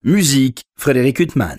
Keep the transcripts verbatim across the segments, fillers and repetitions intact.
Musique, Frédéric Huttman.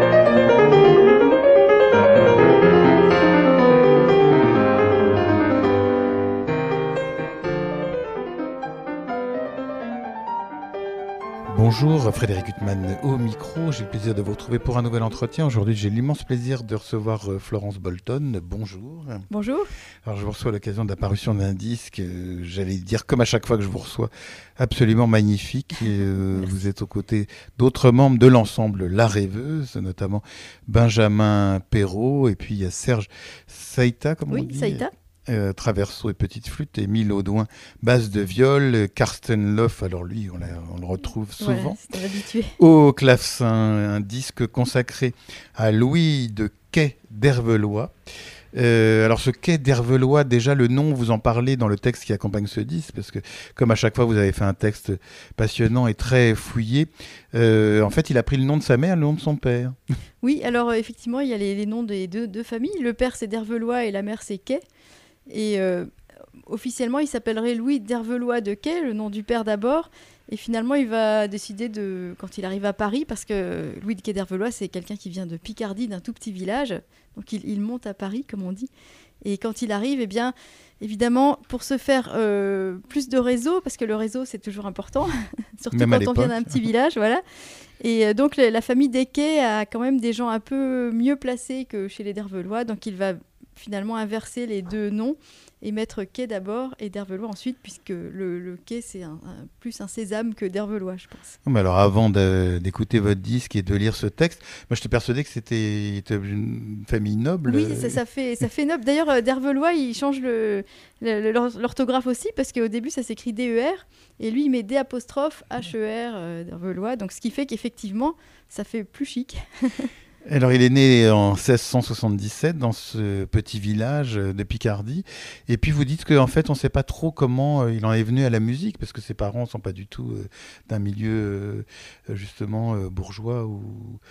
Bonjour, Frédéric Huttman au micro. J'ai le plaisir de vous retrouver pour un nouvel entretien. Aujourd'hui, j'ai l'immense plaisir de recevoir Florence Bolton. Bonjour. Bonjour. Alors, je vous reçois à l'occasion de l'apparition d'un disque, euh, j'allais dire comme à chaque fois que je vous reçois, absolument magnifique. Et, euh, vous êtes aux côtés d'autres membres de l'ensemble La Rêveuse, notamment Benjamin Perrault, et puis il y a Serge Saïta, comme oui, on dit. Oui, Saïta. Euh, traverso et petite flûte, Émile Audouin, basse de viol, Karsten Loff, alors lui on, on le retrouve souvent, voilà, au clavecin, un disque consacré à Louis de Quai d'Hervelois. Euh, alors ce Quai d'Hervelois, déjà le nom, vous en parlez dans le texte qui accompagne ce disque, parce que comme à chaque fois vous avez fait un texte passionnant et très fouillé, euh, en fait il a pris le nom de sa mère, le nom de son père. Oui, alors euh, effectivement il y a les, les noms des deux, deux familles, le père c'est d'Hervelois et la mère c'est Quai. Et euh, officiellement, il s'appellerait Louis d'Hervelois de Quai, le nom du père d'abord. Et finalement, il va décider de, quand il arrive à Paris, parce que Louis de Quai d'Hervelois, c'est quelqu'un qui vient de Picardie, d'un tout petit village. Donc, il, il monte à Paris, comme on dit. Et quand il arrive, eh bien, évidemment, pour se faire euh, plus de réseau, parce que le réseau, c'est toujours important, surtout même quand on vient d'un petit village, voilà. Et euh, donc, le, la famille des Quais a quand même des gens un peu mieux placés que chez les d'Hervelois. Donc, il va finalement inverser les deux noms et mettre Quai d'abord et d'Hervelois ensuite, puisque le, le Quai c'est un, un, plus un sésame que d'Hervelois, je pense. Mais alors avant de, d'écouter votre disque et de lire ce texte, moi j'étais persuadé que c'était une famille noble. Oui, ça, ça, fait, ça fait noble. D'ailleurs, d'Hervelois, il change le, le, l'orthographe aussi, parce qu'au début ça s'écrit D E R, et lui il met D apostrophe H E R euh, d'Hervelois, donc ce qui fait qu'effectivement ça fait plus chic. Alors, il est né en seize cent soixante-dix-sept dans ce petit village de Picardie. Et puis, vous dites qu'en fait, on ne sait pas trop comment il en est venu à la musique, parce que ses parents ne sont pas du tout euh, d'un milieu, euh, justement, euh, bourgeois ou,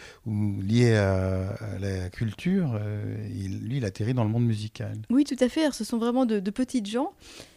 ou lié à, à la culture. Euh, il, lui, il atterrit dans le monde musical. Oui, tout à fait. Alors, ce sont vraiment de, de petites gens.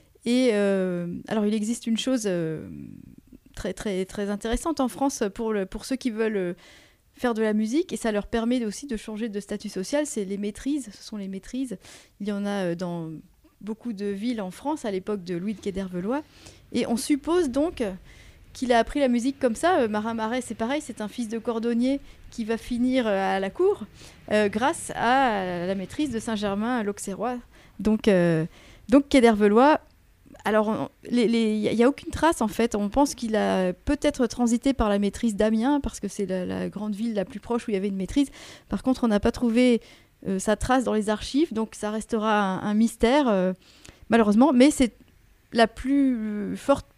Et euh, alors, il existe une chose euh, très, très, très intéressante en France pour, le, pour ceux qui veulent... Euh, faire de la musique, et ça leur permet aussi de changer de statut social, c'est les maîtrises, ce sont les maîtrises. Il y en a dans beaucoup de villes en France à l'époque de Louis de Quai d'Hervelois, et on suppose donc qu'il a appris la musique comme ça. Marin Marais, c'est pareil, c'est un fils de cordonnier qui va finir à la cour euh, grâce à la maîtrise de Saint-Germain à l'Auxerrois. Donc, euh, donc Quai d'Hervelois, alors, il n'y a aucune trace en fait. On pense qu'il a peut-être transité par la maîtrise d'Amiens, parce que c'est la, la grande ville la plus proche où il y avait une maîtrise. Par contre, on n'a pas trouvé euh, sa trace dans les archives, donc ça restera un, un mystère, euh, malheureusement. Mais c'est la plus forte,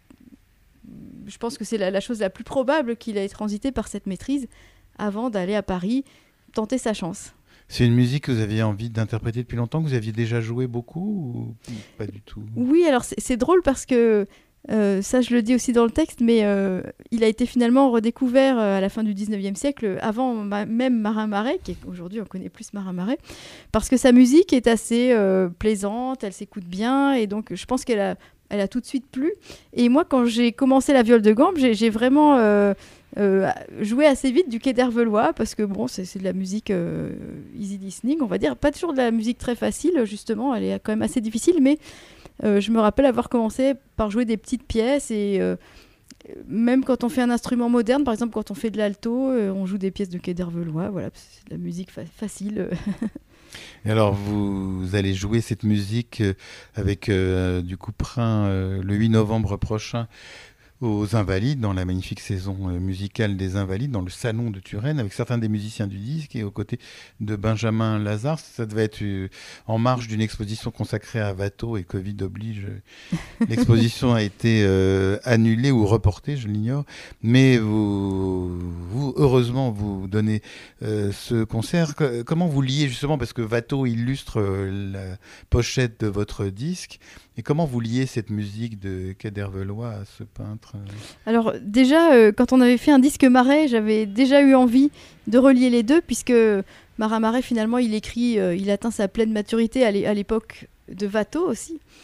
je pense que c'est la, la chose la plus probable qu'il ait transité par cette maîtrise avant d'aller à Paris tenter sa chance. C'est une musique que vous aviez envie d'interpréter depuis longtemps, que vous aviez déjà joué beaucoup ou pas du tout? Oui, alors c'est, c'est drôle parce que, euh, ça je le dis aussi dans le texte, mais euh, il a été finalement redécouvert euh, à la fin du dix-neuvième siècle, avant ma- même Marin Marais, qui est, aujourd'hui on connaît plus Marin Marais, parce que sa musique est assez euh, plaisante, elle s'écoute bien, et donc je pense qu'elle a, elle a tout de suite plu. Et moi, quand j'ai commencé la viole de gambe, j'ai, j'ai vraiment... Euh, Euh, jouer assez vite du Quai d'Hervelois, parce que bon, c'est, c'est de la musique euh, easy listening, on va dire, pas toujours de la musique très facile, justement, elle est quand même assez difficile, mais euh, je me rappelle avoir commencé par jouer des petites pièces, et euh, même quand on fait un instrument moderne, par exemple quand on fait de l'alto, euh, on joue des pièces de Quai d'Hervelois, voilà, c'est de la musique fa- facile. Et alors, vous, vous allez jouer cette musique avec euh, du couperin euh, le huit novembre prochain aux Invalides, dans la magnifique saison musicale des Invalides, dans le salon de Turenne, avec certains des musiciens du disque, et aux côtés de Benjamin Lazare. Ça devait être euh, en marge d'une exposition consacrée à Watteau, et Covid oblige. L'exposition a été euh, annulée ou reportée, je l'ignore, mais vous, vous heureusement, vous donnez euh, ce concert. Que, comment vous liez justement, parce que Watteau illustre euh, la pochette de votre disque, et comment vous liez cette musique de Quai d'Hervelois à ce peintre? Alors déjà, euh, quand on avait fait un disque Marais, j'avais déjà eu envie de relier les deux, puisque Marin Marais, finalement, il écrit, euh, il atteint sa pleine maturité à l'époque de Watteau aussi.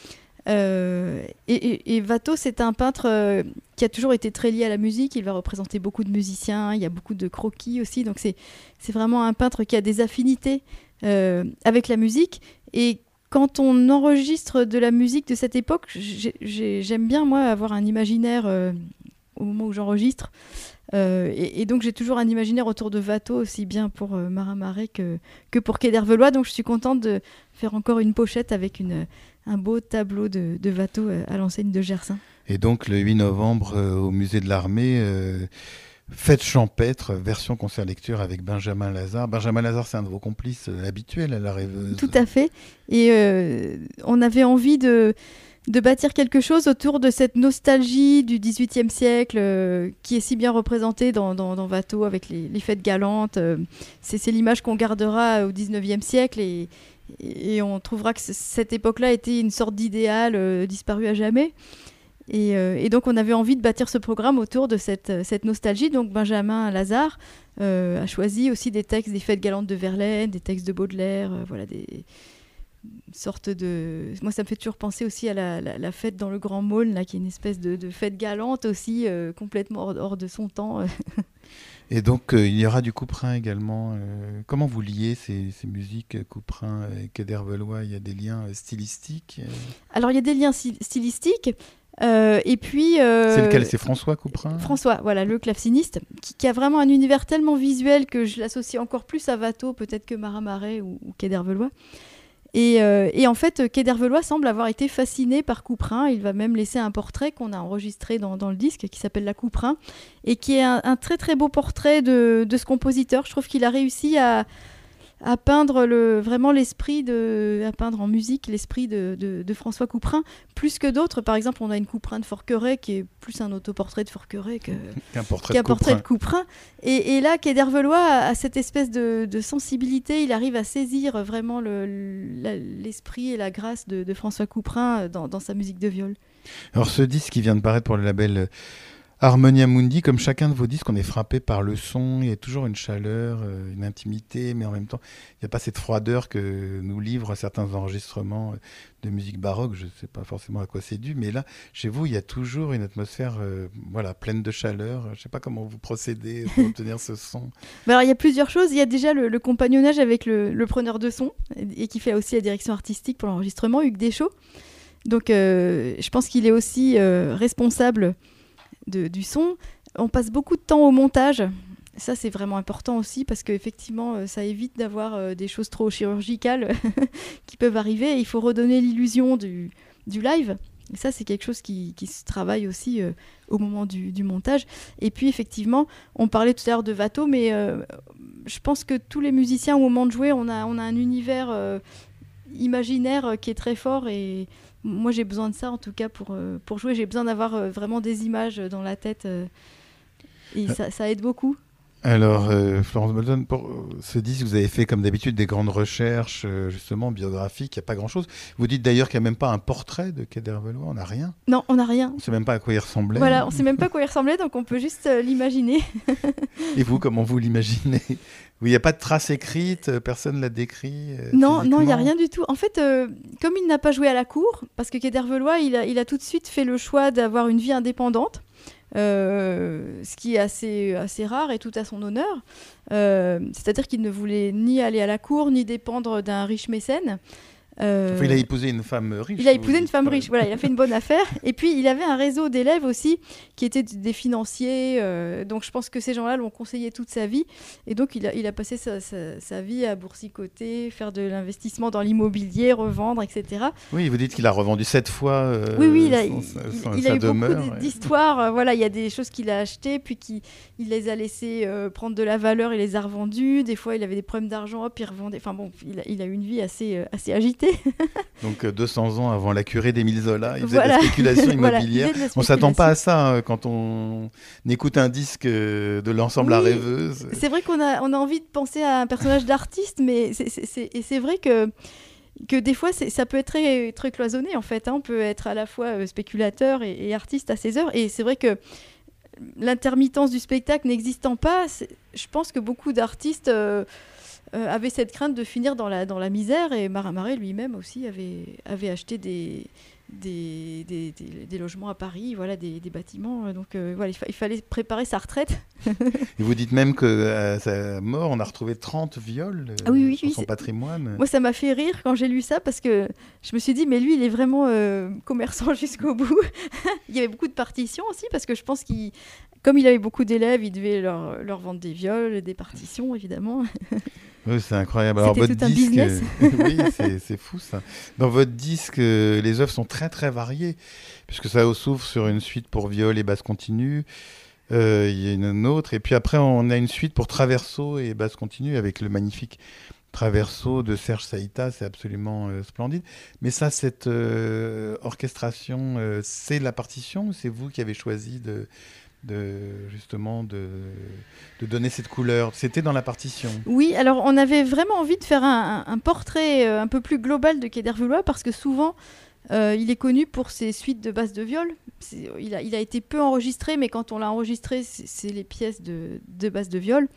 Euh, et, et, et Watteau, c'est un peintre euh, qui a toujours été très lié à la musique. Il va représenter beaucoup de musiciens, il y a beaucoup de croquis aussi. Donc c'est, c'est vraiment un peintre qui a des affinités euh, avec la musique. Et quand on enregistre de la musique de cette époque, j'ai, j'ai, j'aime bien, moi, avoir un imaginaire euh, au moment où j'enregistre. Euh, et, et donc j'ai toujours un imaginaire autour de Watteau, aussi bien pour euh, Marin Marais que, que pour Quai d'Hervelois. Donc je suis contente de faire encore une pochette avec une, un beau tableau de, de Watteau euh, à l'enseigne de Gersaint. Et donc le huit novembre euh, au musée de l'Armée, euh, fête champêtre, version concert-lecture avec Benjamin Lazare. Benjamin Lazare, c'est un de vos complices euh, habituels à la Rêveuse. Tout à fait. Et euh, on avait envie de... de bâtir quelque chose autour de cette nostalgie du dix-huitième siècle euh, qui est si bien représentée dans, dans, dans Watteau avec les, les fêtes galantes. Euh, c'est, c'est l'image qu'on gardera au dix-neuvième siècle et, et on trouvera que c- cette époque-là était une sorte d'idéal euh, disparu à jamais. Et, euh, et donc on avait envie de bâtir ce programme autour de cette, cette nostalgie. Donc Benjamin Lazare euh, a choisi aussi des textes des fêtes galantes de Verlaine, des textes de Baudelaire, euh, voilà des... une sorte de... Moi, ça me fait toujours penser aussi à la, la, la fête dans le Grand Maulne, là, qui est une espèce de, de fête galante aussi, euh, complètement hors, hors de son temps. Et donc, euh, il y aura du Couperin également. Euh, comment vous liez ces, ces musiques, Couperin et Quai d'Hervelois? Il y a des liens euh, stylistiques euh... Alors, il y a des liens styl- stylistiques. Euh, et puis... Euh, c'est lequel? C'est François Couperin? François, voilà, le claveciniste, qui, qui a vraiment un univers tellement visuel que je l'associe encore plus à Watteau, peut-être que Marin Marais ou, ou Quai d'Hervelois. Et, euh, et en fait, Quai d'Hervelois semble avoir été fasciné par Couperin. Il va même laisser un portrait qu'on a enregistré dans, dans le disque qui s'appelle La Couperin et qui est un, un très très beau portrait de, de ce compositeur. Je trouve qu'il a réussi à, à peindre le, vraiment l'esprit de, à peindre en musique l'esprit de, de, de François Couperin plus que d'autres. Par exemple, on a une Couperin de Forqueray qui est plus un autoportrait de Forqueray que, qu'un portrait, qu'un de, portrait Couperin. de Couperin. Et, et là, Quai d'Hervelois a, a cette espèce de, de sensibilité. Il arrive à saisir vraiment le, la, l'esprit et la grâce de, de François Couperin dans, dans sa musique de viol. Alors ce disque qui vient de paraître pour le label Harmonia Mundi, comme chacun de vos disques, on est frappé par le son, il y a toujours une chaleur, euh, une intimité, mais en même temps, il n'y a pas cette froideur que nous livrent certains enregistrements de musique baroque. Je ne sais pas forcément à quoi c'est dû, mais là, chez vous, il y a toujours une atmosphère euh, voilà, pleine de chaleur. Je ne sais pas comment vous procédez pour obtenir ce son. Ben alors, il y a plusieurs choses. Il y a déjà le, le compagnonnage avec le, le preneur de son, et, et qui fait aussi la direction artistique pour l'enregistrement, Hugues Deschaux. Donc, euh, je pense qu'il est aussi euh, responsable De, du son. On passe beaucoup de temps au montage. Ça, c'est vraiment important aussi parce qu'effectivement, euh, ça évite d'avoir euh, des choses trop chirurgicales qui peuvent arriver. Et il faut redonner l'illusion du, du live. Et ça, c'est quelque chose qui, qui se travaille aussi euh, au moment du, du montage. Et puis, effectivement, on parlait tout à l'heure de Watteau, mais euh, je pense que tous les musiciens, au moment de jouer, on a, on a un univers euh, imaginaire euh, qui est très fort et moi, j'ai besoin de ça, en tout cas, pour, euh, pour jouer. J'ai besoin d'avoir euh, vraiment des images dans la tête. Euh, et ça, ça aide beaucoup. Alors, euh, Florence Bolton, pour ce disque, vous avez fait, comme d'habitude, des grandes recherches, euh, justement, biographiques. Il n'y a pas grand-chose. Vous dites d'ailleurs qu'il n'y a même pas un portrait de Quai d'Hervelois. On n'a rien. Non, on n'a rien. On ne sait même pas à quoi il ressemblait. Voilà, on ne sait même pas à quoi il ressemblait, donc on peut juste euh, l'imaginer. Et vous, comment vous l'imaginez? Oui, il n'y a pas de trace écrite, personne ne l'a décrit euh, Non, non, il n'y a physiquement. rien du tout. En fait, euh, comme il n'a pas joué à la cour, parce que Quai d'Hervelois, il a, il a tout de suite fait le choix d'avoir une vie indépendante, euh, ce qui est assez, assez rare et tout à son honneur. Euh, c'est-à-dire qu'il ne voulait ni aller à la cour, ni dépendre d'un riche mécène. Euh, Enfin, il a épousé une femme riche. Il a épousé vous une dites, femme ouais. riche, voilà, il a fait une bonne affaire. Et puis, il avait un réseau d'élèves aussi, qui étaient des financiers. Euh, donc, je pense que ces gens-là l'ont conseillé toute sa vie. Et donc, il a, il a passé sa, sa, sa vie à boursicoter, faire de l'investissement dans l'immobilier, revendre, et cetera. Oui, vous dites qu'il a revendu sept fois euh, oui, oui, il a, son, il, son, il sa a eu demeure. beaucoup Ouais. d'histoires. Euh, voilà, il y a des choses qu'il a achetées, puis qu'il il les a laissées euh, prendre de la valeur et les a revendues. Des fois, il avait des problèmes d'argent, hop, il revendait. Enfin bon, il a, il a eu une vie assez, euh, assez agitée. Donc euh, deux cents ans avant la curée d'Émile Zola, il faisait Voilà. de la spéculation Voilà, immobilière. il faisait de la On s'attend pas à spéculation. ça euh, quand on écoute un disque euh, de l'ensemble La Oui, Rêveuse. C'est vrai qu'on a, on a envie de penser à un personnage d'artiste, mais c'est, c'est, c'est, et c'est vrai que, que des fois, c'est, ça peut être très, très cloisonné, en fait. Hein. On peut être à la fois euh, spéculateur et, et artiste à ses heures. Et c'est vrai que l'intermittence du spectacle n'existant pas, c'est, je pense que beaucoup d'artistes euh, euh, avaient cette crainte de finir dans la, dans la misère. Et Marin Marais lui-même aussi avait, avait acheté des... des, des, des, des logements à Paris, voilà, des, des bâtiments. Donc euh, voilà, il, fa- il fallait préparer sa retraite. Et vous dites même qu'à sa mort, on a retrouvé trente viols euh, Ah oui, oui, sur oui, son c'est- patrimoine. Moi, ça m'a fait rire quand j'ai lu ça parce que je me suis dit, mais lui, il est vraiment euh, commerçant jusqu'au bout. Il y avait beaucoup de partitions aussi parce que je pense qu'il, comme il avait beaucoup d'élèves, il devait leur, leur vendre des viols, des partitions, évidemment. Oui, c'est incroyable. Alors, C'était votre tout un disque, business. euh, oui, c'est, c'est fou ça. Dans votre disque, euh, les œuvres sont très très variées, puisque ça s'ouvre sur une suite pour viol et basse continue. Euh, Il y a une autre, et puis après on a une suite pour traverso et basse continue avec le magnifique traverso de Serge Saïta, c'est absolument euh, splendide. Mais ça, cette euh, orchestration, euh, c'est la partition ou c'est vous qui avez choisi de, de justement de, de donner cette couleur? C'était dans la partition. Oui, alors on avait vraiment envie de faire un, un- un portrait euh, un peu plus global de Quai d'Hervelois parce que souvent euh, il est connu pour ses suites de basses de viol. C'est- il, a, il a été peu enregistré, mais quand on l'a enregistré, c'est, c'est les pièces de, de basses de viol.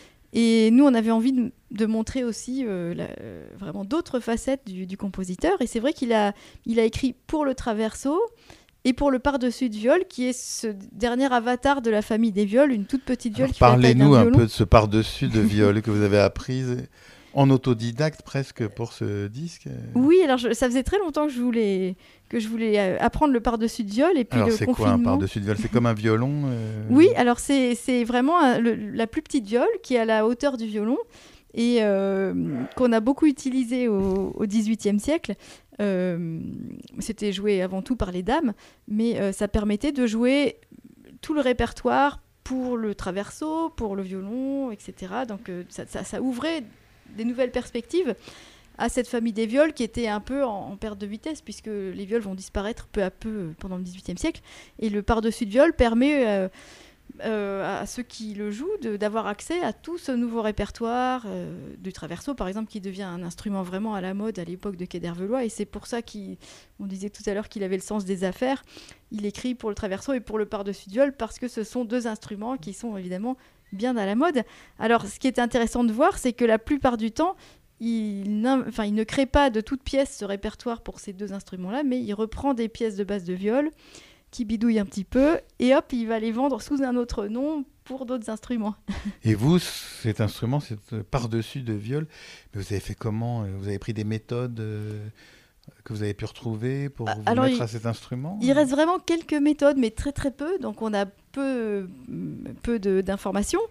Et nous, on avait envie de, de montrer aussi euh, la- euh, vraiment d'autres facettes du, du compositeur. Et c'est vrai qu'il a, il a écrit pour le traverso et pour le par-dessus de viol, qui est ce dernier avatar de la famille des viols, une toute petite viole Alors, qui fait la taille d'un parlez-nous un violon. peu de ce par-dessus de viol que vous avez appris en autodidacte presque pour ce disque. Oui, alors je- ça faisait très longtemps que je voulais, que je voulais euh, apprendre le par-dessus de viol. Et puis Alors le c'est confinement... quoi un par-dessus de viol? C'est comme un violon euh, Oui, alors c'est, c'est vraiment un- le- la plus petite viole qui est à la hauteur du violon et euh, qu'on a beaucoup utilisé au, au dix-huitième siècle. Euh, c'était joué avant tout par les dames, mais euh, ça permettait de jouer tout le répertoire pour le traverso, pour le violon, et cetera. Donc euh, ça, ça- ça ouvrait des nouvelles perspectives à cette famille des viols qui était un peu en, en perte de vitesse puisque les viols vont disparaître peu à peu pendant le dix-huitième siècle. Et le par-dessus de viol permet euh, euh, à ceux qui le jouent de- d'avoir accès à tout ce nouveau répertoire euh, du traverso, par exemple, qui devient un instrument vraiment à la mode à l'époque de Quai d'Hervelois. Et c'est pour ça qu'on disait tout à l'heure qu'il avait le sens des affaires. Il écrit pour le traverso et pour le par-dessus de viol parce que ce sont deux instruments qui sont évidemment bien à la mode. Alors, ce qui est intéressant de voir, c'est que la plupart du temps, il, n'in- enfin, il ne crée pas de toute pièce ce répertoire pour ces deux instruments-là, mais il reprend des pièces de basse de viol qui bidouillent un petit peu, et hop, il va les vendre sous un autre nom pour d'autres instruments. Et vous, cet instrument, c'est par-dessus de viol, mais vous avez fait comment? Vous avez pris des méthodes euh, que vous avez pu retrouver pour Ah, vous alors, mettre il- à cet instrument? Il reste vraiment quelques méthodes, mais très très peu, donc on a peu, peu de- d'informations.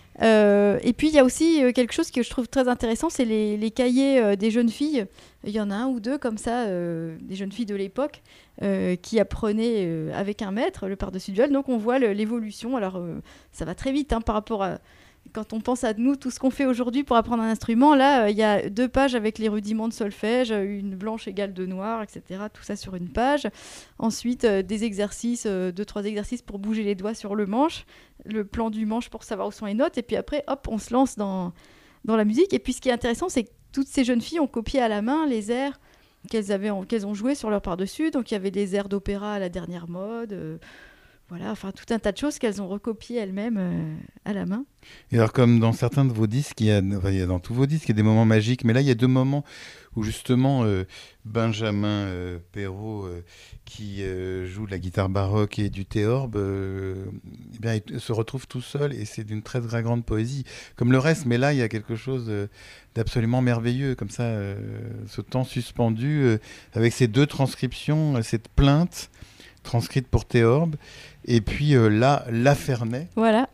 Euh, et puis il y a aussi euh, quelque chose que je trouve très intéressant, c'est les, les cahiers euh, des jeunes filles. Il y en a un ou deux comme ça, euh, des jeunes filles de l'époque, euh, qui apprenaient euh, avec un maître le par-dessus de viol. Donc on voit le- l'évolution. Alors euh, ça va très vite hein, par rapport à quand on pense à nous, tout ce qu'on fait aujourd'hui pour apprendre un instrument. Là, euh, il y a deux pages avec les rudiments de solfège, une blanche égale deux noirs, et cetera. Tout ça sur une page. Ensuite, euh, des exercices, euh, deux, trois exercices pour bouger les doigts sur le manche, le plan du manche pour savoir où sont les notes. Et puis après, hop, on se lance dans, dans la musique. Et puis ce qui est intéressant, c'est que toutes ces jeunes filles ont copié à la main les airs qu'elles avaient en- qu'elles ont joués sur leur par-dessus. Donc il y avait des airs d'opéra à la dernière mode. euh, voilà, enfin tout un tas de choses qu'elles ont recopiées elles-mêmes euh, à la main. Et alors, comme dans certains de vos disques, il y a, enfin, il y a dans tous vos disques, il y a des moments magiques, mais là, il y a deux moments où justement euh, Benjamin euh, Perrault, euh, qui euh, joue de la guitare baroque et du théorbe, euh, eh bien, il se retrouve tout seul et c'est d'une très très grande poésie, comme le reste. Mais là, il y a quelque chose euh, d'absolument merveilleux, comme ça, euh, ce temps suspendu euh, avec ces deux transcriptions, euh, cette plainte transcrite pour théorbe, et puis euh, là, La Ferney, Voilà.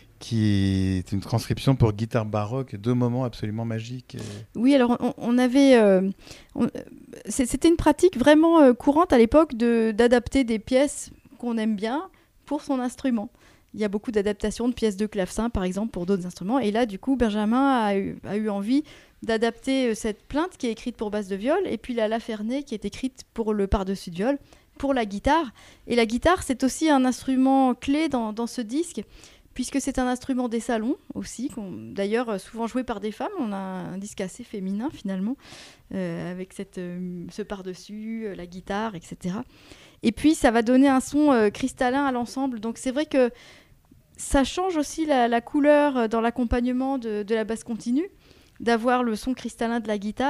qui est une transcription pour guitare baroque, deux moments absolument magiques. Oui, alors on, on avait, euh, on- c'est- c'était une pratique vraiment euh, courante à l'époque de d'adapter des pièces qu'on aime bien pour son instrument. Il y a beaucoup d'adaptations de pièces de clavecin, par exemple, pour d'autres instruments. Et là, du coup, Benjamin a eu, a eu envie d'adapter euh, cette plainte qui est écrite pour basse de viol, et puis la La Ferney qui est écrite pour le par-dessus de viol, pour la guitare. Et la guitare, c'est aussi un instrument clé dans, dans ce disque, puisque c'est un instrument des salons aussi, qu'on- d'ailleurs euh, souvent joué par des femmes. On a un disque assez féminin finalement, euh, avec cette, euh, ce par-dessus, euh, la guitare, et cetera. Et puis ça va donner un son euh, cristallin à l'ensemble. Donc c'est vrai que ça change aussi la, la couleur euh, dans l'accompagnement de, de la basse continue, d'avoir le son cristallin de la guitare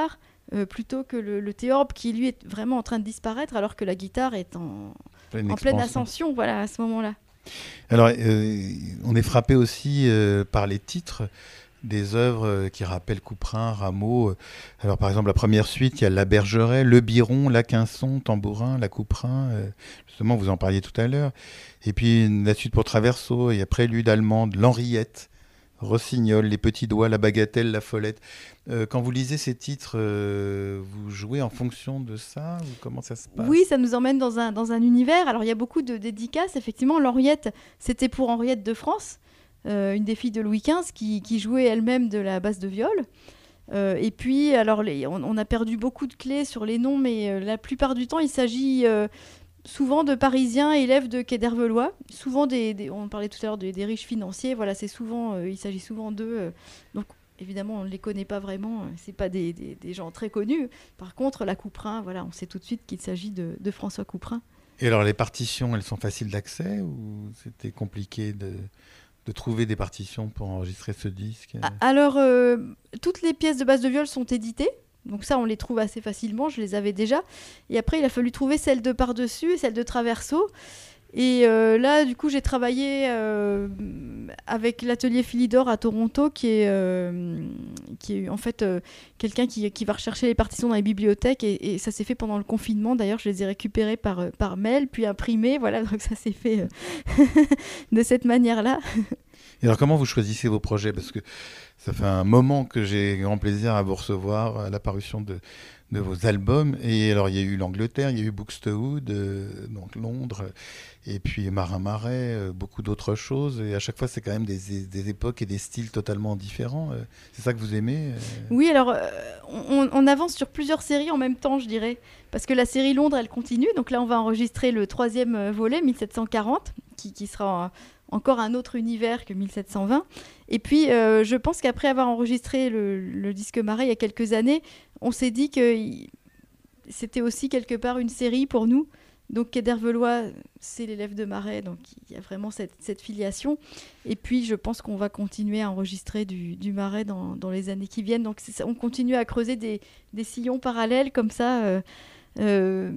euh, plutôt que le, le théorbe qui lui est vraiment en train de disparaître alors que la guitare est en, Pleine en pleine expansion. ascension, voilà, à ce moment-là. Alors, euh, on est frappé aussi euh, par les titres des œuvres euh, qui rappellent Couperin, Rameau. Alors, par exemple, la première suite, il y a La Bergeret, Le Biron, La Quinçon, Tambourin, La Couperin. Euh, justement, vous en parliez tout à l'heure. Et puis, la suite pour Traverso, et après, Prélude allemande, L'Henriette, Rossignol, Les Petits Doigts, La Bagatelle, La Follette. Euh, quand vous lisez ces titres, euh, vous jouez en fonction de ça ou comment ça se passe? Oui, ça nous emmène dans un, dans un univers. Alors, il y a beaucoup de dédicaces. Effectivement, l'Henriette, c'était pour Henriette de France, euh, une des filles de Louis quinze, qui, qui jouait elle-même de la basse de viol. Euh, et puis, alors, les, on, on a perdu beaucoup de clés sur les noms, mais euh, la plupart du temps, il s'agit euh, souvent de Parisiens élèves de Quai d'Hervelois. Souvent, des, des, on parlait tout à l'heure des, des riches financiers. Voilà, c'est souvent, euh, il s'agit souvent d'eux. Euh, donc, évidemment, on ne les connaît pas vraiment. C'est pas des, des, des gens très connus. Par contre, la Couperin, voilà, on sait tout de suite qu'il s'agit de, de François Couperin. Et alors, les partitions, elles sont faciles d'accès ou c'était compliqué de, de trouver des partitions pour enregistrer ce disque? Alors, euh, toutes les pièces de basse de viol sont éditées. Donc ça, on les trouve assez facilement. Je les avais déjà. Et après, il a fallu trouver celle de par-dessus, celle de Traverso. Et euh, là, du coup, j'ai travaillé euh, avec l'atelier Philidor à Toronto, qui est, euh, qui est en fait euh, quelqu'un qui, qui va rechercher les partitions dans les bibliothèques. Et, et ça s'est fait pendant le confinement. D'ailleurs, je les ai récupérées par, par mail, puis imprimées. Voilà, donc ça s'est fait euh, de cette manière-là. Et alors, comment vous choisissez vos projets? Parce que ça fait un moment que j'ai grand plaisir à vous recevoir à la parution de, de vos albums. Et alors, il y a eu l'Angleterre, il y a eu Buxtehude, euh, donc Londres, et puis Marin Marais, euh, beaucoup d'autres choses. Et à chaque fois, c'est quand même des, des époques et des styles totalement différents. Euh, c'est ça que vous aimez? euh... Oui, alors, euh, on, on avance sur plusieurs séries en même temps, je dirais. Parce que la série Londres, elle continue. Donc là, on va enregistrer le troisième volet, mille sept cent quarante, qui, qui sera... Euh, encore un autre univers que mille sept cent vingt. Et puis, euh, je pense qu'après avoir enregistré le, le disque Marais il y a quelques années, on s'est dit que y... c'était aussi quelque part une série pour nous. Donc, Quai d'Hervelois, c'est l'élève de Marais, donc il y a vraiment cette, cette filiation. Et puis, je pense qu'on va continuer à enregistrer du, du Marais dans, dans les années qui viennent. Donc, ça, on continue à creuser des, des sillons parallèles comme ça. Euh, euh,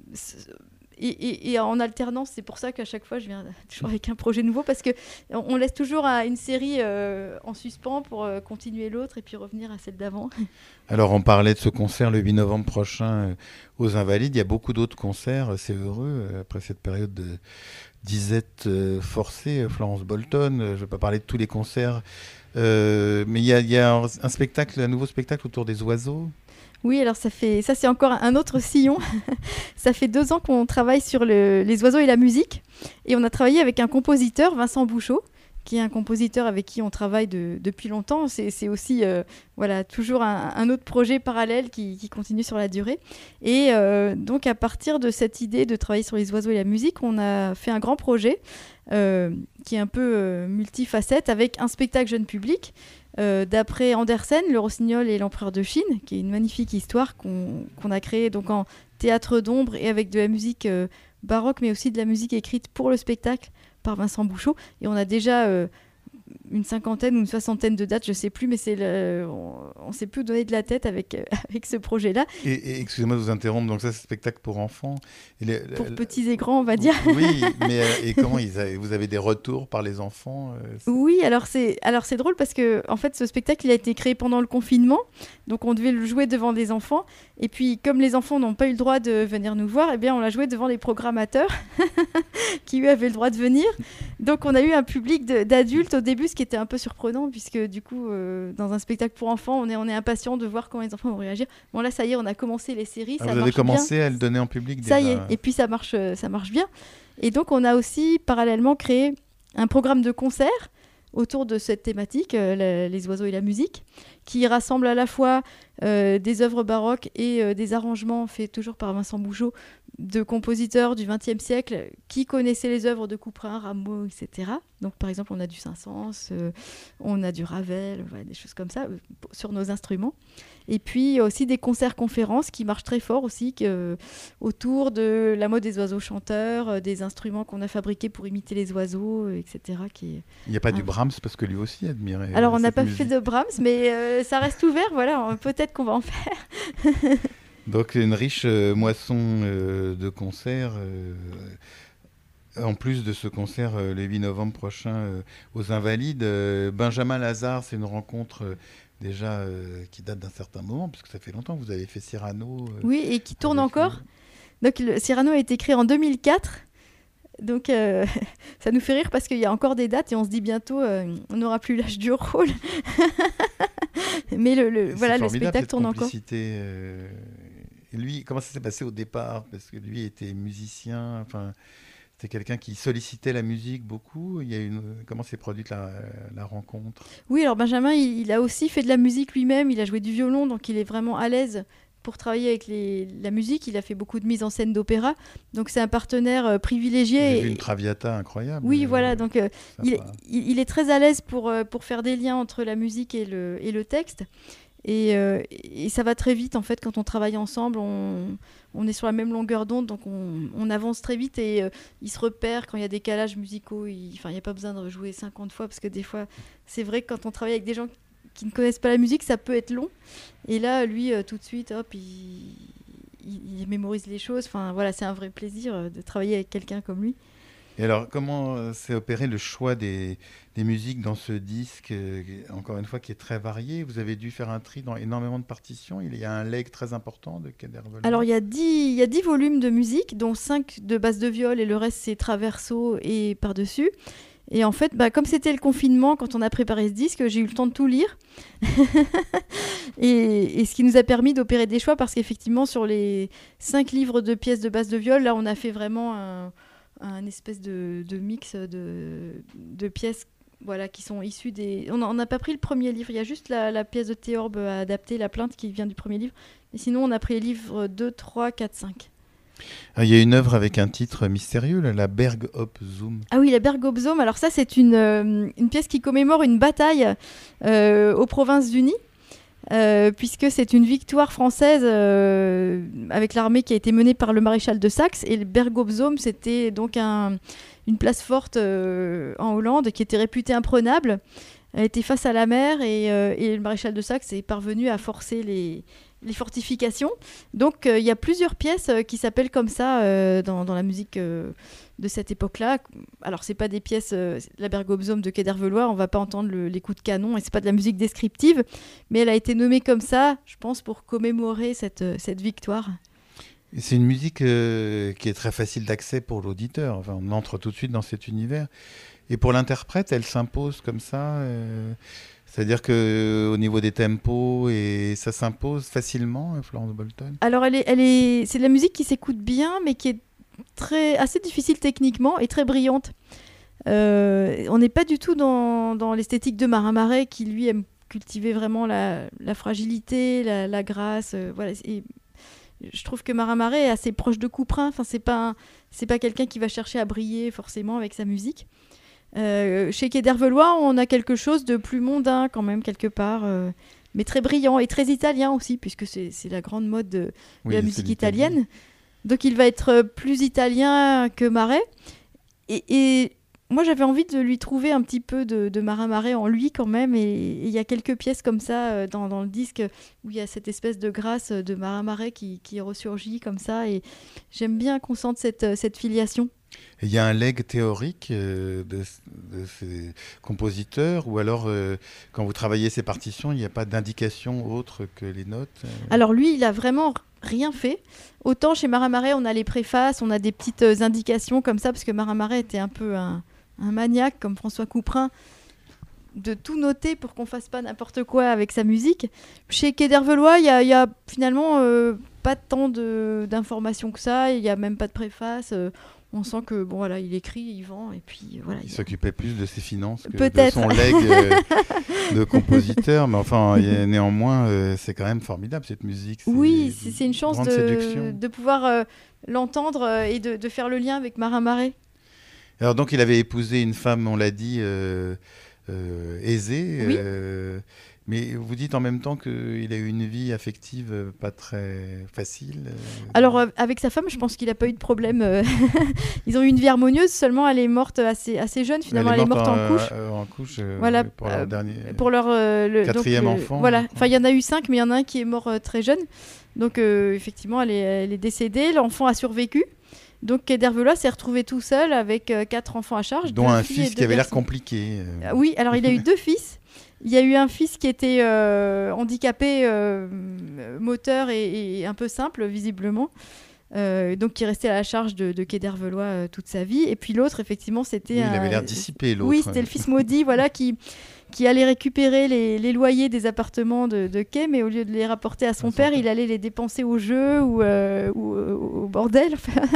Et, et, et en alternance, c'est pour ça qu'à chaque fois, je viens toujours avec un projet nouveau, parce qu'on on laisse toujours une série euh, en suspens pour euh, continuer l'autre et puis revenir à celle d'avant. Alors, on parlait de ce concert le huit novembre prochain euh, aux Invalides. Il y a beaucoup d'autres concerts, c'est heureux, euh, après cette période de disette euh, forcée. Florence Bolton, euh, je ne vais pas parler de tous les concerts, euh, mais il y a, il y a un, un spectacle, un nouveau spectacle autour des oiseaux. Oui, alors ça fait, ça c'est encore un autre sillon. Ça fait deux ans qu'on travaille sur le, les oiseaux et la musique. Et on a travaillé avec un compositeur, Vincent Bouchot, qui est un compositeur avec qui on travaille de, depuis longtemps. C'est, c'est aussi euh, voilà, toujours un, un autre projet parallèle qui, qui continue sur la durée. Et euh, donc à partir de cette idée de travailler sur les oiseaux et la musique, on a fait un grand projet euh, qui est un peu euh, multifacette, avec un spectacle jeune public, Euh, d'après Andersen, Le Rossignol et l'Empereur de Chine, qui est une magnifique histoire qu'on, qu'on a créée donc en théâtre d'ombre et avec de la musique euh, baroque, mais aussi de la musique écrite pour le spectacle par Vincent Bouchot. Et on a déjà euh, une cinquantaine ou une soixantaine de dates, je ne sais plus, mais c'est le, on ne s'est plus donné de la tête avec, euh, avec ce projet-là. Et, et excusez-moi de vous interrompre, donc ça c'est spectacle pour enfants. Et les, pour le, petits et grands, on va dire. Oui, mais et comment ils avaient, vous avez des retours par les enfants? euh, Oui, alors c'est, alors c'est drôle parce que en fait, ce spectacle il a été créé pendant le confinement, donc on devait le jouer devant des enfants. Et puis comme les enfants n'ont pas eu le droit de venir nous voir, eh bien on l'a joué devant les programmateurs qui eux avaient le droit de venir. Donc on a eu un public de, d'adultes au début, ce qui était un peu surprenant puisque du coup euh, dans un spectacle pour enfants, on est on est impatient de voir comment les enfants vont réagir. Bon là ça y est, on a commencé les séries, ah, ça vous marche avez commencé bien. à le donner en public déjà. Ça y est, et puis ça marche ça marche bien. Et donc on a aussi parallèlement créé un programme de concert autour de cette thématique, euh, la, les oiseaux et la musique, qui rassemble à la fois euh, des œuvres baroques et euh, des arrangements faits toujours par Vincent Bouchot, de compositeurs du vingtième siècle qui connaissaient les œuvres de Couperin, Rameau, et cetera. Donc par exemple, on a du Saint-Saëns, euh, on a du Ravel, voilà, des choses comme ça, euh, sur nos instruments. Et puis aussi des concerts-conférences qui marchent très fort aussi, euh, autour de la mode des oiseaux chanteurs, euh, des instruments qu'on a fabriqués pour imiter les oiseaux, euh, et cetera. Qui... Il n'y a pas ah. du Brahms parce que lui aussi admirait. Alors on n'a pas musique. fait de Brahms, mais euh, ça reste ouvert, voilà. Peut-être dates qu'on va en faire. Donc une riche euh, moisson euh, de concerts. Euh, en plus de ce concert euh, le huit novembre prochain euh, aux Invalides, euh, Benjamin Lazare, c'est une rencontre euh, déjà euh, qui date d'un certain moment, puisque ça fait longtemps que vous avez fait Cyrano. Euh, oui, et qui tourne avec encore. lui. Donc le Cyrano a été créé en deux mille quatre. Donc euh, ça nous fait rire parce qu'il y a encore des dates et on se dit bientôt euh, on n'aura plus l'âge du rôle. Mais le, le, voilà, le spectacle tourne encore. Euh, et lui, comment ça s'est passé au départ? Parce que lui était musicien, enfin, c'était quelqu'un qui sollicitait la musique beaucoup. Il y a une... Comment s'est produite la, la rencontre? Oui, alors Benjamin, il, il a aussi fait de la musique lui-même, il a joué du violon, donc il est vraiment à l'aise pour travailler avec les, la musique. Il a fait beaucoup de mise en scène d'opéra, donc c'est un partenaire euh, privilégié. J'ai et... vu une Traviata incroyable. Oui, euh, voilà, donc euh, il, pas... il, il est très à l'aise pour, euh, pour faire des liens entre la musique et le, et le texte. Et, euh, et ça va très vite, en fait, quand on travaille ensemble, on, on est sur la même longueur d'onde, donc on, on avance très vite et euh, il se repère quand il y a des calages musicaux. Il n'y a pas besoin de rejouer cinquante fois, parce que des fois, c'est vrai que quand on travaille avec des gens qui ne connaissent pas la musique, ça peut être long. Et là, lui, euh, tout de suite, hop, il, il, il mémorise les choses. Enfin, voilà, c'est un vrai plaisir euh, de travailler avec quelqu'un comme lui. Et alors, comment euh, s'est opéré le choix des, des musiques dans ce disque, euh, encore une fois, qui est très varié? Vous avez dû faire un tri dans énormément de partitions. Il y a un leg très important de Kader-Volmer. Alors, il y a dix, il y a dix volumes de musique, dont cinq de basse de viol, et le reste, c'est traverso et par-dessus. Et en fait, bah, comme c'était le confinement, quand on a préparé ce disque, j'ai eu le temps de tout lire. et, et ce qui nous a permis d'opérer des choix, parce qu'effectivement, sur les cinq livres de pièces de basse de viol, là, on a fait vraiment un... un espèce de, de mix de, de pièces voilà, qui sont issues des... On n'a pas pris le premier livre, il y a juste la, la pièce de Théorbe à adapter, la plainte qui vient du premier livre. Mais sinon, on a pris les livres deux, trois, quatre, cinq. Ah, il y a une œuvre avec un titre mystérieux, la Berg op Zoom. Ah oui, la Berg op Zoom, alors ça, c'est une, euh, une pièce qui commémore une bataille euh, aux Provinces-Unies. Euh, puisque c'est une victoire française euh, avec l'armée qui a été menée par le maréchal de Saxe, et le Berg op Zoom, c'était donc un, une place forte euh, en Hollande qui était réputée imprenable. Elle était face à la mer et, euh, et le maréchal de Saxe est parvenu à forcer les, les fortifications. Donc il euh, y a plusieurs pièces euh, qui s'appellent comme ça euh, dans, dans la musique euh, de cette époque-là. Alors c'est pas des pièces, euh, la Berg op Zoom de Kader-Volmer, on va pas entendre le, les coups de canon et c'est pas de la musique descriptive, mais elle a été nommée comme ça, je pense, pour commémorer cette, cette victoire. Et c'est une musique euh, qui est très facile d'accès pour l'auditeur. Enfin, on entre tout de suite dans cet univers. Et pour l'interprète, elle s'impose comme ça. Euh, c'est-à-dire que euh, au niveau des tempos, et ça s'impose facilement, Florence Bolton. Alors elle est, elle est, c'est de la musique qui s'écoute bien, mais qui est très, assez difficile techniquement et très brillante. Euh, on n'est pas du tout dans, dans l'esthétique de Marin Marais, qui lui aime cultiver vraiment la, la fragilité, la, la grâce. Euh, voilà. Et je trouve que Marin Marais est assez proche de Couperin. Enfin, c'est pas, un, c'est pas quelqu'un qui va chercher à briller forcément avec sa musique. Euh, chez Kader-Volmer, on a quelque chose de plus mondain quand même quelque part, euh, mais très brillant et très italien aussi, puisque c'est, c'est la grande mode de, oui, de la musique italienne. Donc il va être plus italien que Marais. Et, et moi j'avais envie de lui trouver un petit peu de, de Marin Marais en lui quand même. Et il y a quelques pièces comme ça euh, dans, dans le disque où il y a cette espèce de grâce de Marin Marais qui, qui ressurgit comme ça. Et j'aime bien qu'on sente cette, cette filiation. Il y a un leg théorique euh, de, de ces compositeurs, ou alors euh, quand vous travaillez ces partitions, il n'y a pas d'indication autre que les notes euh... Alors lui, il a vraiment rien fait. Autant chez Marin Marais, on a les préfaces, on a des petites euh, indications comme ça, parce que Marin Marais était un peu un, un maniaque, comme François Couperin, de tout noter pour qu'on fasse pas n'importe quoi avec sa musique. Chez Kader-Volmer, il y a, y a finalement euh, pas tant de, d'informations que ça, il n'y a même pas de préface. Euh, On sent que bon voilà, il écrit, il vend et puis voilà. Il, il s'occupait plus de ses finances que Peut-être. de son leg euh, de compositeur, mais enfin y a, néanmoins euh, c'est quand même formidable cette musique. C'est oui, c'est, c'est une chance de, de pouvoir euh, l'entendre euh, et de, de faire le lien avec Marin Marais. Alors donc il avait épousé une femme, on l'a dit, euh, euh, aisée. Oui. Euh, Mais vous dites en même temps qu'il a eu une vie affective euh, pas très facile. euh, Alors, euh, avec sa femme, je pense qu'il n'a pas eu de problème. euh, Ils ont eu une vie harmonieuse, seulement elle est morte assez, assez jeune, finalement, elle est morte en, euh, couche. euh, en couche euh, Voilà, pour leur euh, dernier... Pour leur euh, le, Quatrième donc, le- enfant, Voilà, je crois. enfin il y en a eu cinq, mais il y en a un qui est mort euh, très jeune. Donc euh, effectivement, elle est, elle est décédée. L'enfant a survécu. Donc Keder Velois s'est retrouvé tout seul avec euh, quatre enfants à charge. dont deux un filles et fils deux qui avait l'air garçons. compliqué. euh. Ah oui, alors il a eu deux fils. Il y a eu un fils qui était euh, handicapé euh, moteur et, et un peu simple, visiblement. Euh, donc qui restait à la charge de, de Keder Velois euh, toute sa vie. Et puis l'autre, effectivement, c'était Oui, un... il avait l'air dissipé, l'autre. Oui, c'était le fils maudit, voilà, qui, qui allait récupérer les, les loyers des appartements de, de Kay, mais au lieu de les rapporter à son À son père, père. il allait les dépenser au jeu ou, euh, ou euh, au bordel.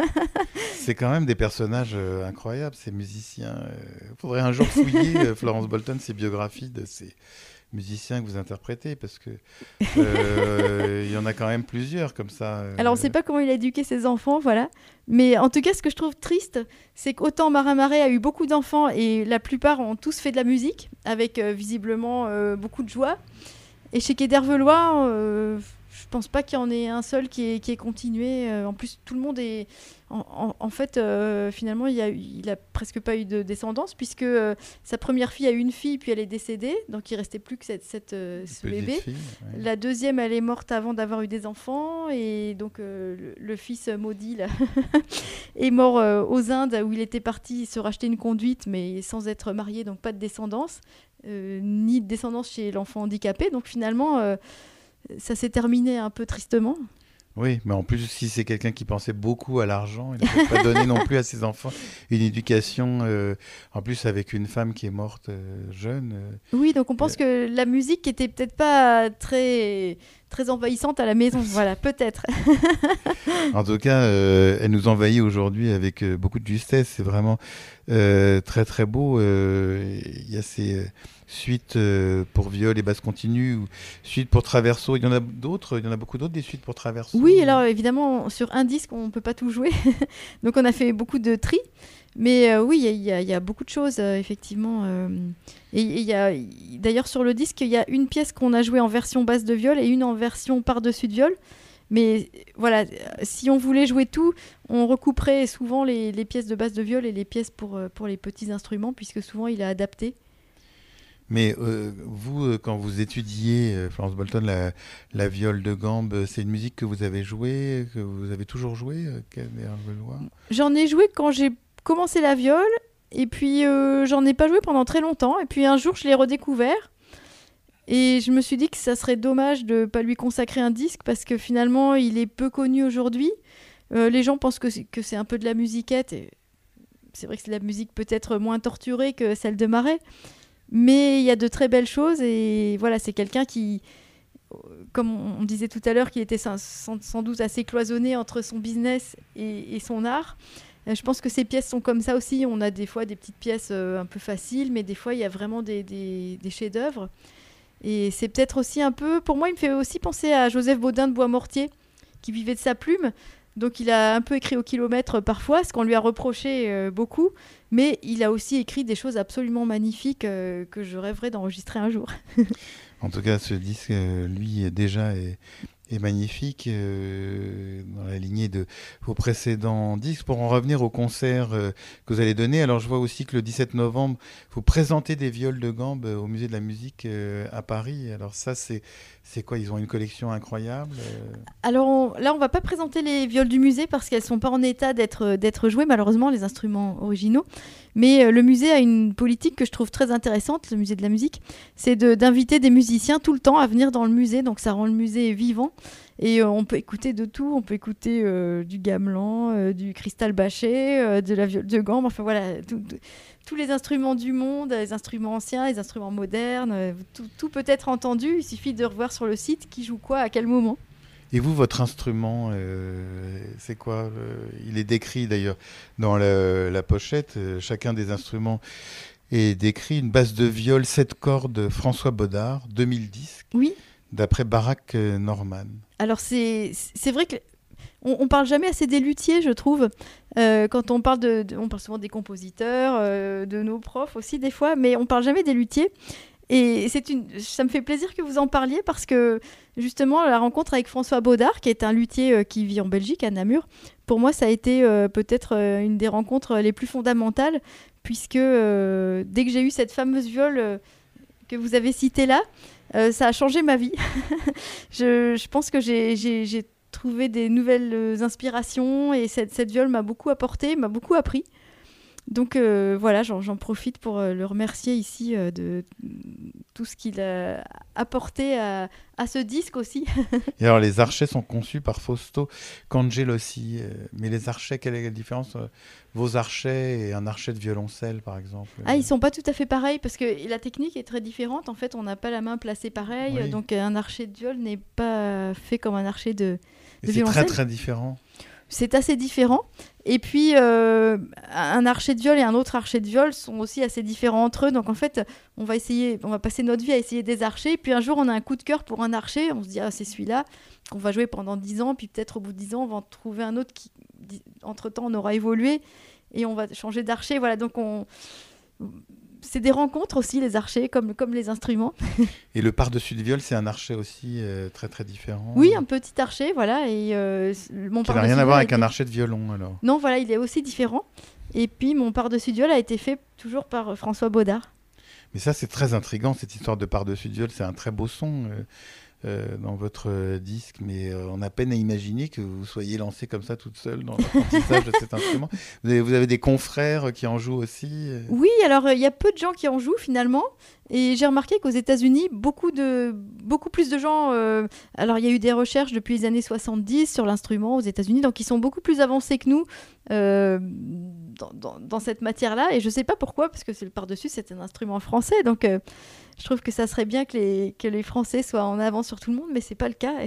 C'est quand même des personnages euh, incroyables, ces musiciens. Il faudrait un jour fouiller, euh, Florence Bolton, ces biographies de ces musiciens que vous interprétez, parce que euh, il y en a quand même plusieurs comme ça. euh. Alors, on ne sait pas comment il a éduqué ses enfants, voilà. Mais en tout cas, ce que je trouve triste, c'est qu'autant Marin Marais a eu beaucoup d'enfants et la plupart ont tous fait de la musique, avec euh, visiblement euh, beaucoup de joie. Et chez Keder Velois, euh, je pense pas qu'il y en ait un seul qui ait, qui ait continué. Euh, en plus, tout le monde est... En, en- en fait, euh, finalement, il a, eu- il a presque pas eu de descendance, puisque euh, sa première fille a eu une fille, puis elle est décédée. Donc, il restait plus que cette, cette, euh, ce Petite bébé. fille, ouais. La deuxième, elle est morte avant d'avoir eu des enfants. Et donc, euh, le, le fils maudit là, est mort euh, aux Indes, où il était parti se racheter une conduite, mais sans être marié, donc pas de descendance, euh, ni de descendance chez l'enfant handicapé. Donc, finalement, euh, ça s'est terminé un peu tristement. Oui, mais en plus, si c'est quelqu'un qui pensait beaucoup à l'argent, il ne peut pas donner non plus à ses enfants une éducation, euh, en plus avec une femme qui est morte euh, jeune. euh. Oui, donc on pense que la musique était peut-être pas très, très envahissante à la maison. Voilà, peut-être. En tout cas, euh, elle nous envahit aujourd'hui avec euh, beaucoup de justesse. C'est vraiment euh, très très beau. Euh, Il y a ces euh, suites euh, pour viol et basse continue, ou suites pour traverso. Il y en a d'autres. Il y en a beaucoup d'autres des suites pour traverso. Oui, alors évidemment, sur un disque, on ne peut pas tout jouer. Donc on a fait beaucoup de tri. Mais euh, oui, il y, a- il y a- il y a beaucoup de choses, euh, effectivement. euh. Et il y a, d'ailleurs, sur le disque, il y a une pièce qu'on a jouée en version basse de viol et une en version par-dessus de viol. Mais voilà, si on voulait jouer tout, on recouperait souvent les, les pièces de basse de viol et les pièces pour, euh, pour les petits instruments, puisque souvent il a adapté. Mais euh, vous, euh, quand vous étudiez, euh, Florence Bolton, la, la viole de gambe, c'est une musique que vous avez jouée, que vous avez toujours jouée, euh, Keder Velois ? J'en ai joué quand j'ai commencé la viole, et puis euh, j'en ai pas joué pendant très longtemps, et puis un jour je l'ai redécouvert, et je me suis dit que ça serait dommage de pas lui consacrer un disque, parce que finalement il est peu connu aujourd'hui. Euh, les gens pensent que c'est, que c'est un peu de la musiquette, et c'est vrai que c'est de la musique peut-être moins torturée que celle de Marais, mais il y a de très belles choses, et voilà, c'est quelqu'un qui, comme on disait tout à l'heure, qui était sans, sans- sans doute assez cloisonné entre son business et, et son art. Euh, Je pense que ces pièces sont comme ça aussi. On a des fois des petites pièces euh, un peu faciles, mais des fois il y a vraiment des, des- des chefs-d'œuvre. Et c'est peut-être aussi un peu, pour moi, il me fait aussi penser à Joseph Baudin de Boismortier, qui vivait de sa plume. Donc il a un peu écrit au kilomètre parfois, ce qu'on lui a reproché euh, beaucoup, mais il a aussi écrit des choses absolument magnifiques euh, que je rêverais d'enregistrer un jour. En tout cas, ce disque, euh, lui, déjà, est, est magnifique euh, dans la lignée de vos précédents disques. Pour en revenir au concert euh, que vous allez donner, alors je vois aussi que le dix-sept novembre, vous présentez des viols de gambe au Musée de la musique euh, à Paris. Alors ça, c'est, c'est quoi ? Ils ont une collection incroyable euh. Alors on- là, on va pas présenter les viols du musée parce qu'elles sont pas en état d'être d'être jouées, malheureusement, les instruments originaux. Mais euh, le musée a une politique que je trouve très intéressante, le musée de la musique, c'est de- d'inviter des musiciens tout le temps à venir dans le musée, donc ça rend le musée vivant. Et euh, on peut écouter de tout, on peut écouter euh, du gamelan, euh, du cristal bâché, euh, de la viole de gambe, enfin voilà, tout- tout- tous les instruments du monde, les instruments anciens, les instruments modernes, euh, tout, tout peut être entendu, il suffit de revoir sur le site qui joue quoi, à quel moment. Et vous, votre instrument, euh, c'est quoi euh, Il est décrit d'ailleurs dans le- la pochette. euh, chacun des instruments est décrit. Une basse de viol, sept cordes, François Baudard, deux mille dix, Oui, d'après Barak euh, Norman. alors c'est c'est vrai que on, on parle jamais assez des luthiers, je trouve. Euh, quand on parle de, de- on parle souvent des compositeurs, euh, de nos profs aussi des fois, mais on parle jamais des luthiers. Et c'est une, ça me fait plaisir que vous en parliez parce que justement la rencontre avec François Baudard, qui est un luthier euh, qui vit en Belgique, à Namur, pour moi ça a été euh, peut-être euh, une des rencontres les plus fondamentales puisque euh, dès que j'ai eu cette fameuse viole euh, que vous avez citée là, euh, ça a changé ma vie. je, je pense que j'ai, j'ai, j'ai trouvé des nouvelles inspirations et cette, cette viole m'a beaucoup apporté, m'a beaucoup appris. Donc euh, voilà, j'en, j'en profite pour euh, le remercier ici euh, de tout ce qu'il a apporté à, à ce disque aussi. Et alors les archets sont conçus par Fausto Cangelossi. Euh, mais les archets, quelle est la différence euh, vos archets et un archet de violoncelle par exemple? Ah, ils sont pas tout à fait pareils parce que la technique est très différente. En fait, on n'a pas la main placée pareil, Oui. donc un archet de viol n'est pas fait comme un archet de, de et c'est violoncelle. très très différent. C'est assez différent. Et puis, euh, un archet de viol et un autre archet de viol sont aussi assez différents entre eux. Donc, en fait, on va essayer, on va passer notre vie à essayer des archets. Puis, un jour, on a un coup de cœur pour un archet. On se dit, ah, c'est celui-là qu'on va jouer pendant dix ans. Puis, peut-être au bout de dix ans, on va en trouver un autre qui, entre-temps, on aura évolué. Et on va changer d'archet. Voilà, donc, on... c'est des rencontres aussi, les archers, comme, comme les instruments. Et le par-dessus de viol, c'est un archet aussi euh, très très différent. Oui, un petit archet, voilà. Et euh, mon Ça n'a par-dessus rien à voir viol a avec été- un archet de violon alors. Non, voilà, il est aussi différent. Et puis, mon par-dessus viol a été fait toujours par euh, François Baudard. Mais ça, c'est très intriguant, cette histoire de par-dessus de viol. C'est un très beau son euh, euh, dans votre euh, disque, mais euh, on a peine à imaginer que vous soyez lancée comme ça toute seule dans l'apprentissage de cet instrument. Vous avez, vous avez des confrères qui en jouent aussi euh. Oui, alors il y a peu de gens qui en jouent finalement. Et j'ai remarqué qu'aux États-Unis, beaucoup, de, beaucoup plus de gens. euh, alors, il y a eu des recherches depuis les années soixante-dix sur l'instrument aux États-Unis, donc ils sont beaucoup plus avancés que nous euh, dans, dans- dans cette matière-là. Et je ne sais pas pourquoi, parce que c'est le par-dessus, c'est un instrument français. Donc, euh, je trouve que ça serait bien que les, que les Français soient en avance sur tout le monde, mais ce n'est pas le cas.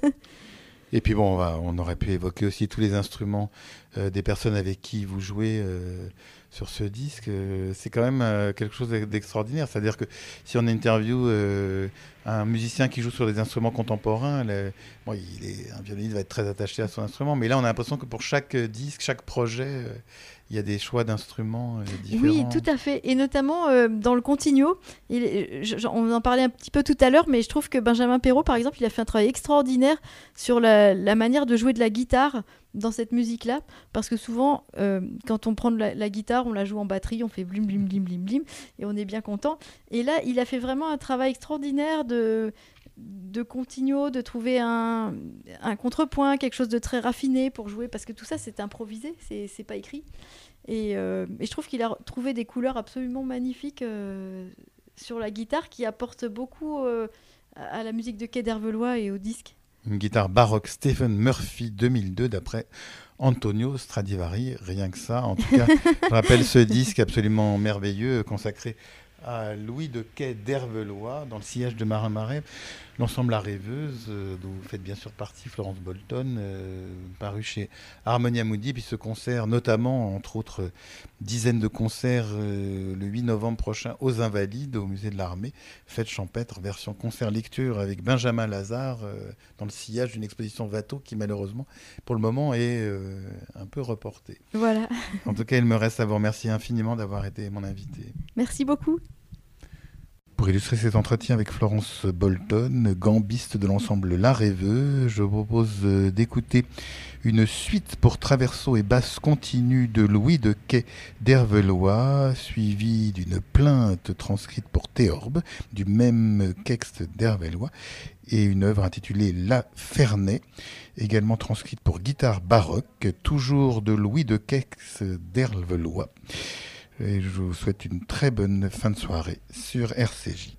Et puis bon, on, va, on aurait pu évoquer aussi tous les instruments euh, des personnes avec qui vous jouez euh, sur ce disque. Euh, c'est quand même euh, quelque chose d'extraordinaire. C'est-à-dire que si on interviewe euh, un musicien qui joue sur des instruments contemporains, le- bon, il est, un violoniste va être très attaché à son instrument, mais là on a l'impression que pour chaque disque, chaque projet, euh, il y a des choix d'instruments euh, différents. Oui, tout à fait. Et notamment euh, dans le continuo, il est- je- je- on en parlait un petit peu tout à l'heure, mais je trouve que Benjamin Perrault, par exemple, il a fait un travail extraordinaire sur la, la manière de jouer de la guitare dans cette musique-là. Parce que souvent, euh, quand on prend de la, la guitare, on la joue en batterie, on fait blim, blim, blim, blim, blim, et on est bien content. Et là, il a fait vraiment un travail extraordinaire de de continuo, de trouver un, un contrepoint, quelque chose de très raffiné pour jouer, parce que tout ça, c'est improvisé, c'est c'est pas écrit. Et, euh, et je trouve qu'il a trouvé des couleurs absolument magnifiques euh, sur la guitare qui apportent beaucoup euh, à à la musique de Quai d'Hervelois et au disque. Une guitare baroque Stephen Murphy deux mille deux d'après Antonio Stradivari, rien que ça. En tout cas, je rappelle ce disque absolument merveilleux consacré à Louis de Quai d'Hervelois dans le sillage de Marin Marais, l'ensemble La Rêveuse, euh, dont vous faites bien sûr partie, Florence Bolton, euh, paru chez Harmonia Mundi. Puis ce concert, notamment, entre autres euh, dizaines de concerts euh, le huit novembre prochain aux Invalides, au musée de l'Armée, fête champêtre, version concert-lecture avec Benjamin Lazare, euh, dans le sillage d'une exposition Watteau qui malheureusement, pour le moment, est euh, un peu reportée. Voilà. En tout cas, il me reste à vous remercier infiniment d'avoir été mon invité. Merci beaucoup. Pour illustrer cet entretien avec Florence Bolton, gambiste de l'ensemble La Rêveuse, je vous propose euh, d'écouter une suite pour traverso et basse continue de Louis de Quai d'Hervelois, suivie d'une plainte transcrite pour Théorbe, du même texte d'Hervelois, et une œuvre intitulée La Ferney, également transcrite pour guitare baroque, toujours de Louis de Quai d'Hervelois. Et je vous souhaite une très bonne fin de soirée sur R C J.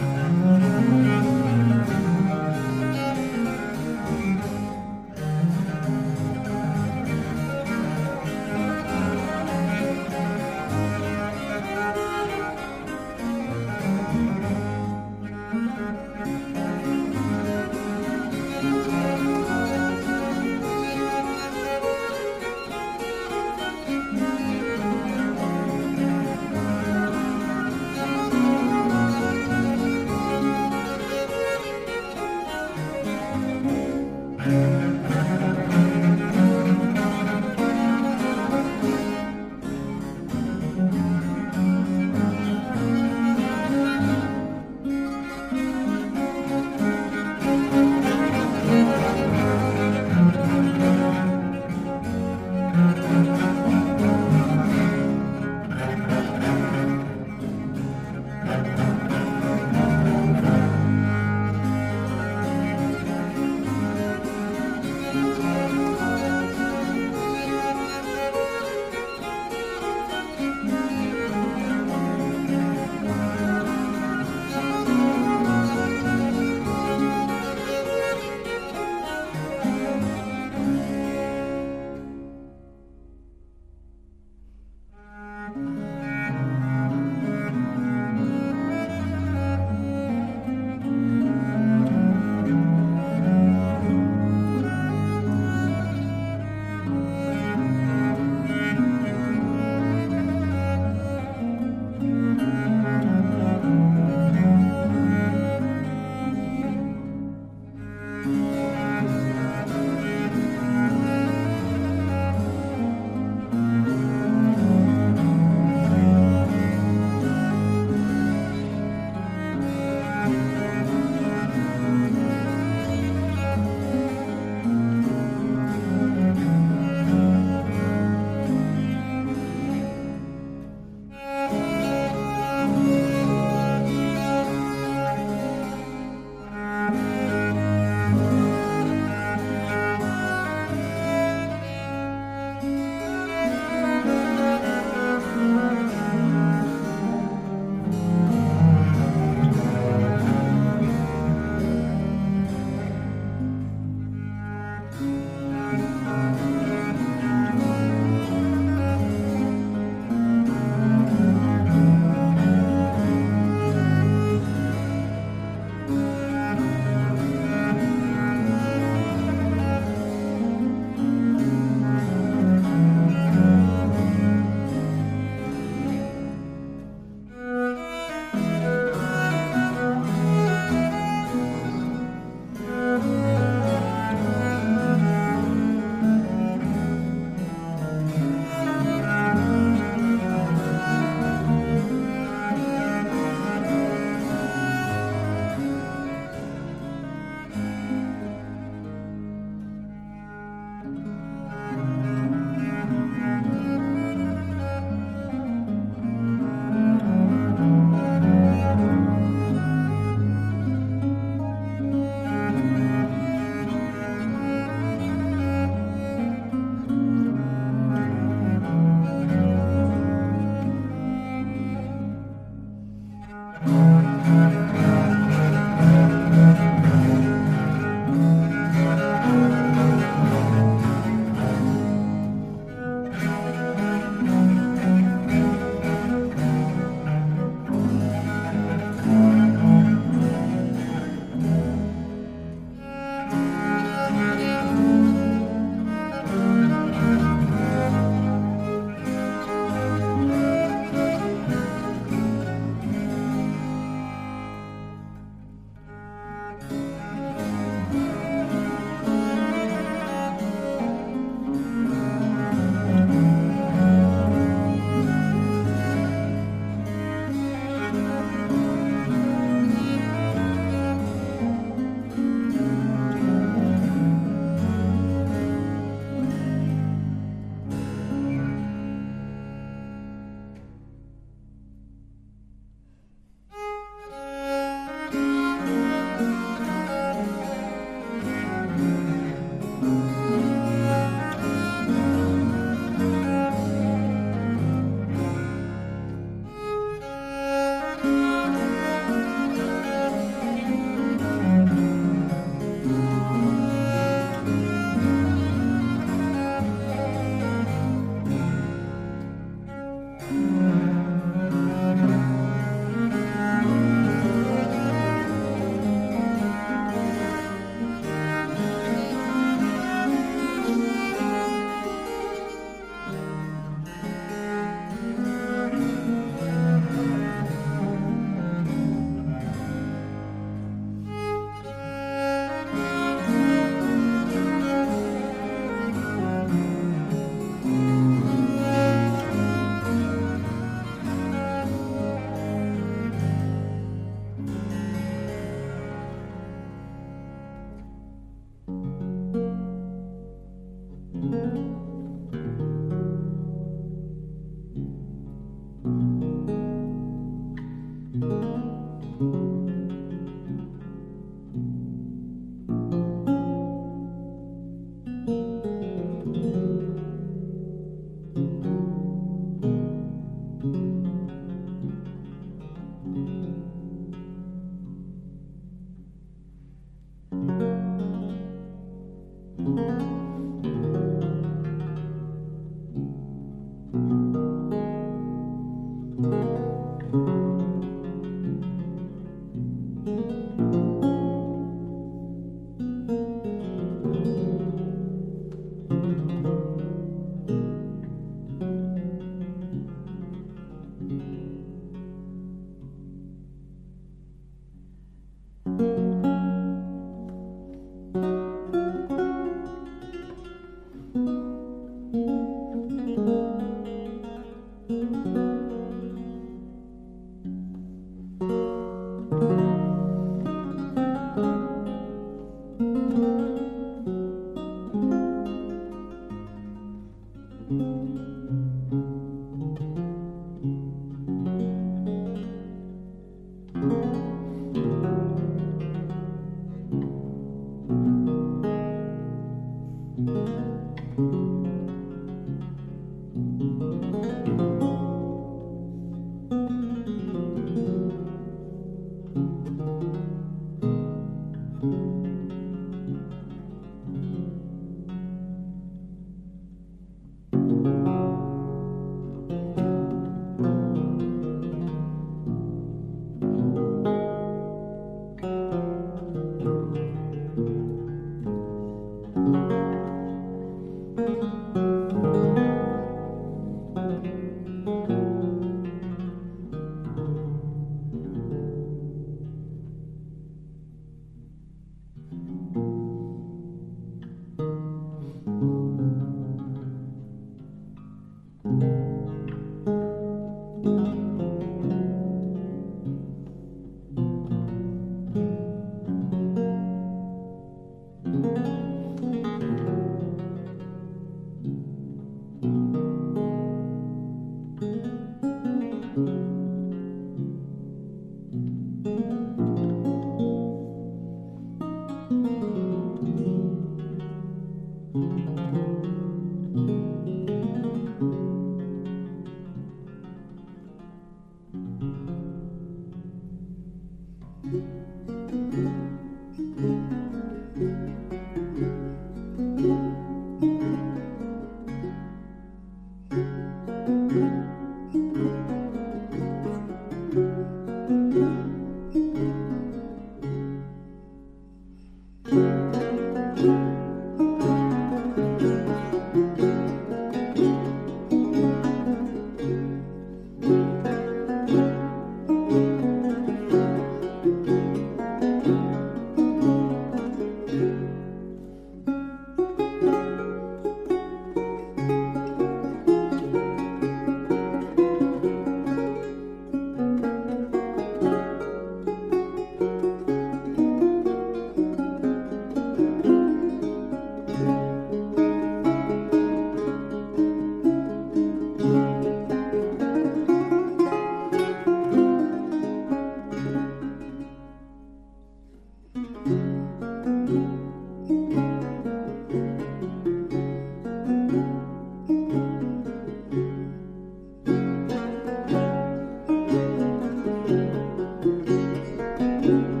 Thank you.